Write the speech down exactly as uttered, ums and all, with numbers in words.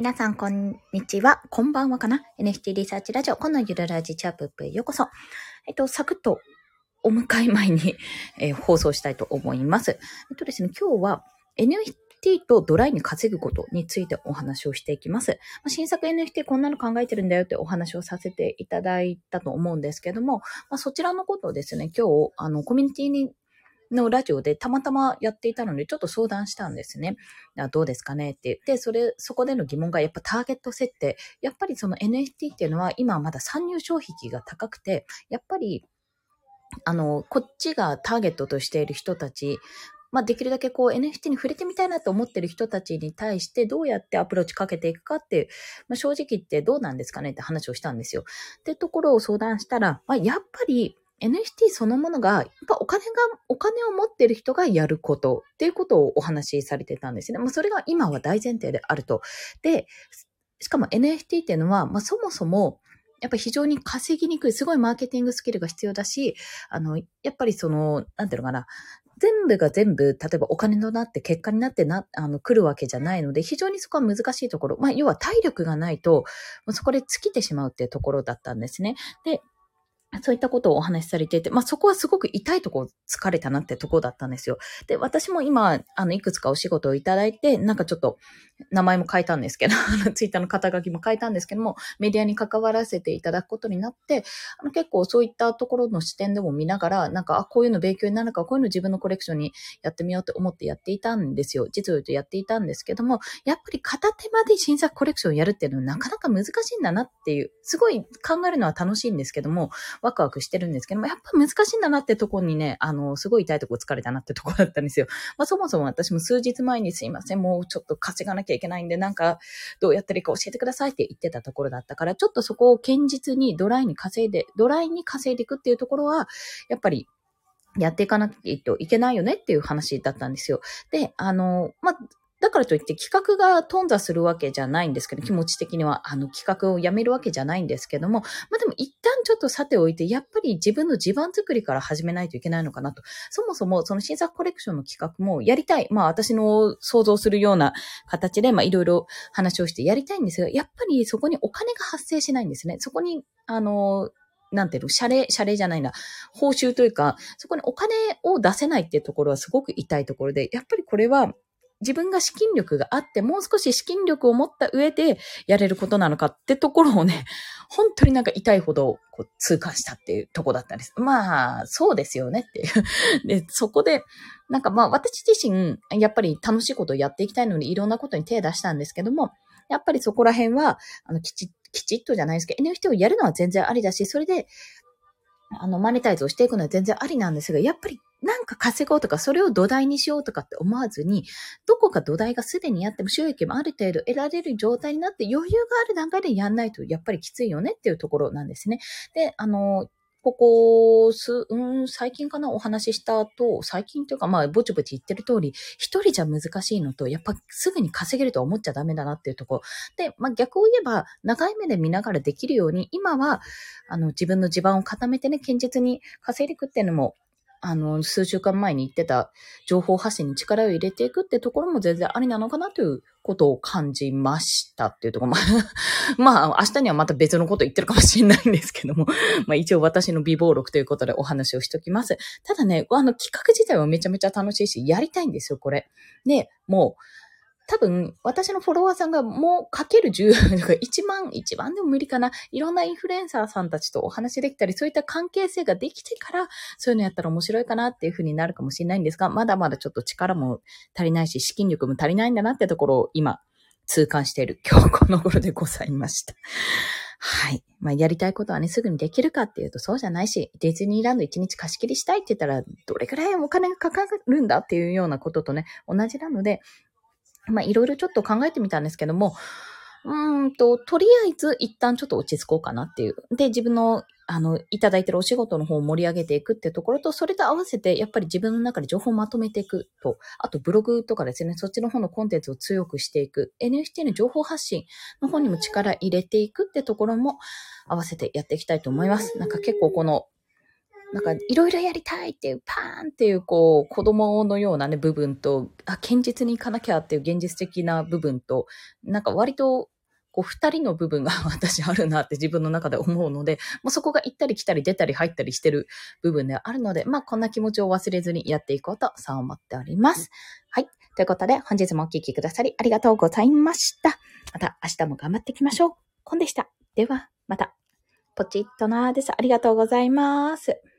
皆さん、こんにちは。こんばんはかな ?エヌエフティー リサーチラジオ、このゆるラジチャップップへようこそ。えっと、サクッとお迎え前に、えー、放送したいと思います。えっとですね、今日は エヌエフティー とドライに稼ぐことについてお話をしていきます。まあ、新作 エヌエフティー こんなの考えてるんだよってお話をさせていただいたと思うんですけども、まあ、そちらのことをですね、今日、あの、コミュニティにのラジオでたまたまやっていたのでちょっと相談したんですね。どうですかねって言って、それ、そこでの疑問がやっぱターゲット設定。やっぱりその エヌエフティー っていうのは今まだ参入障壁が高くて、やっぱり、あの、こっちがターゲットとしている人たち、まあ、できるだけこう エヌエフティー に触れてみたいなと思っている人たちに対してどうやってアプローチかけていくかっていう、まあ、正直言ってどうなんですかねって話をしたんですよ。ってところを相談したら、まあ、やっぱりエヌエフティー そのものが、やっぱお金が、お金を持っている人がやることっていうことをお話しされてたんですね。まあ、それが今は大前提であると。で、しかも エヌエフティー っていうのは、まあ、そもそも、やっぱり非常に稼ぎにくい、すごいマーケティングスキルが必要だし、あの、やっぱりその、なんていうのかな、全部が全部、例えばお金となって結果になってな、あの、来るわけじゃないので、非常にそこは難しいところ。まあ、要は体力がないと、そこで尽きてしまうっていうところだったんですね。で、そういったことをお話しされていて、まあ、そこはすごく痛いとこ疲れたなってとこだったんですよ。で、私も今、あの、いくつかお仕事をいただいて、なんかちょっと、名前も変えたんですけど、あの、ツイッターの肩書きも変えたんですけども、メディアに関わらせていただくことになって、あの、結構そういったところの視点でも見ながら、なんか、あ、こういうの勉強になるか、こういうの自分のコレクションにやってみようって思ってやっていたんですよ。実を言うとやっていたんですけども、やっぱり片手間で新作コレクションをやるっていうのはなかなか難しいんだなっていう、すごい考えるのは楽しいんですけども、ワクワクしてるんですけども、やっぱ難しいんだなってとこにね、あの、すごい痛いとこ疲れたなってとこだったんですよ。まあそもそも私も数日前にすいません、もうちょっと稼がなきゃいけないんで、なんか、どうやったらいいか教えてくださいって言ってたところだったから、ちょっとそこを堅実にドライに稼いで、ドライに稼いでいくっていうところは、やっぱり、やっていかなきゃいけないよねっていう話だったんですよ。で、あの、まあ、だからといって企画が頓挫するわけじゃないんですけど、気持ち的には、あの企画をやめるわけじゃないんですけども、まあでも一旦ちょっとさておいて、やっぱり自分の地盤作りから始めないといけないのかなと。そもそもその新作コレクションの企画もやりたい。まあ私の想像するような形で、まあいろいろ話をしてやりたいんですが、やっぱりそこにお金が発生しないんですね。そこに、あの、なんていうの、謝礼、謝礼じゃないな、報酬というか、そこにお金を出せないっていうところはすごく痛いところで、やっぱりこれは、自分が資金力があって、もう少し資金力を持った上でやれることなのかってところをね、本当になんか痛いほどこう痛感したっていうところだったんです。まあ、そうですよねっていう。で、そこで、なんかまあ私自身、やっぱり楽しいことをやっていきたいので、いろんなことに手を出したんですけども、やっぱりそこら辺は、あの、きち、きちっとじゃないですけど、エヌエフティー をやるのは全然ありだし、それで、あの、マネタイズをしていくのは全然ありなんですが、やっぱりなんか稼ごうとか、それを土台にしようとかって思わずに、どこか土台がすでにあっても収益もある程度得られる状態になって余裕がある段階でやんないとやっぱりきついよねっていうところなんですね。で、あの、ここ、す、うん、最近かなお話ししたと、最近というかまあ、ぼちぼち言ってる通り、一人じゃ難しいのと、やっぱすぐに稼げるとは思っちゃダメだなっていうところ。で、まあ逆を言えば、長い目で見ながらできるように、今は、あの、自分の地盤を固めてね、堅実に稼いでいくっていうのも、あの、数週間前に言ってた情報発信に力を入れていくってところも全然ありなのかなということを感じましたっていうところも、まあ、明日にはまた別のこと言ってるかもしれないんですけども、まあ一応私の美貌録ということでお話をしときます。ただね、あの企画自体はめちゃめちゃ楽しいし、やりたいんですよ、これ。で、もう、多分、私のフォロワーさんがもうかけるじゅうとかいちまん、いちまんでも無理かな。いろんなインフルエンサーさんたちとお話できたり、そういった関係性ができてから、そういうのやったら面白いかなっていう風になるかもしれないんですが、まだまだちょっと力も足りないし、資金力も足りないんだなってところを今、痛感している今日この頃でございました。はい。まあ、やりたいことはね、すぐにできるかっていうとそうじゃないし、ディズニーランドいちにち貸し切りしたいって言ったら、どれくらいお金がかかるんだっていうようなこととね、同じなので、まあ、いろいろちょっと考えてみたんですけども、うーんと、とりあえず一旦ちょっと落ち着こうかなっていう。で、自分の、あの、いただいてるお仕事の方を盛り上げていくってところと、それと合わせて、やっぱり自分の中で情報をまとめていくと、あとブログとかですね、そっちの方のコンテンツを強くしていく、エヌエフティー の情報発信の方にも力入れていくってところも合わせてやっていきたいと思います。なんか結構この、 なんかいろいろやりたいっていうパーンっていうこう子供のようなね部分と、あ、堅実に行かなきゃっていう現実的な部分と、なんか割とこう二人の部分が私あるなって自分の中で思うので、もうそこが行ったり来たり出たり入ったりしてる部分であるので、まあこんな気持ちを忘れずにやっていこうとそう思っております。はい。ということで本日もお聞きくださりありがとうございました。また明日も頑張っていきましょう。コンでした。ではまた。ポチッとなーです。ありがとうございます。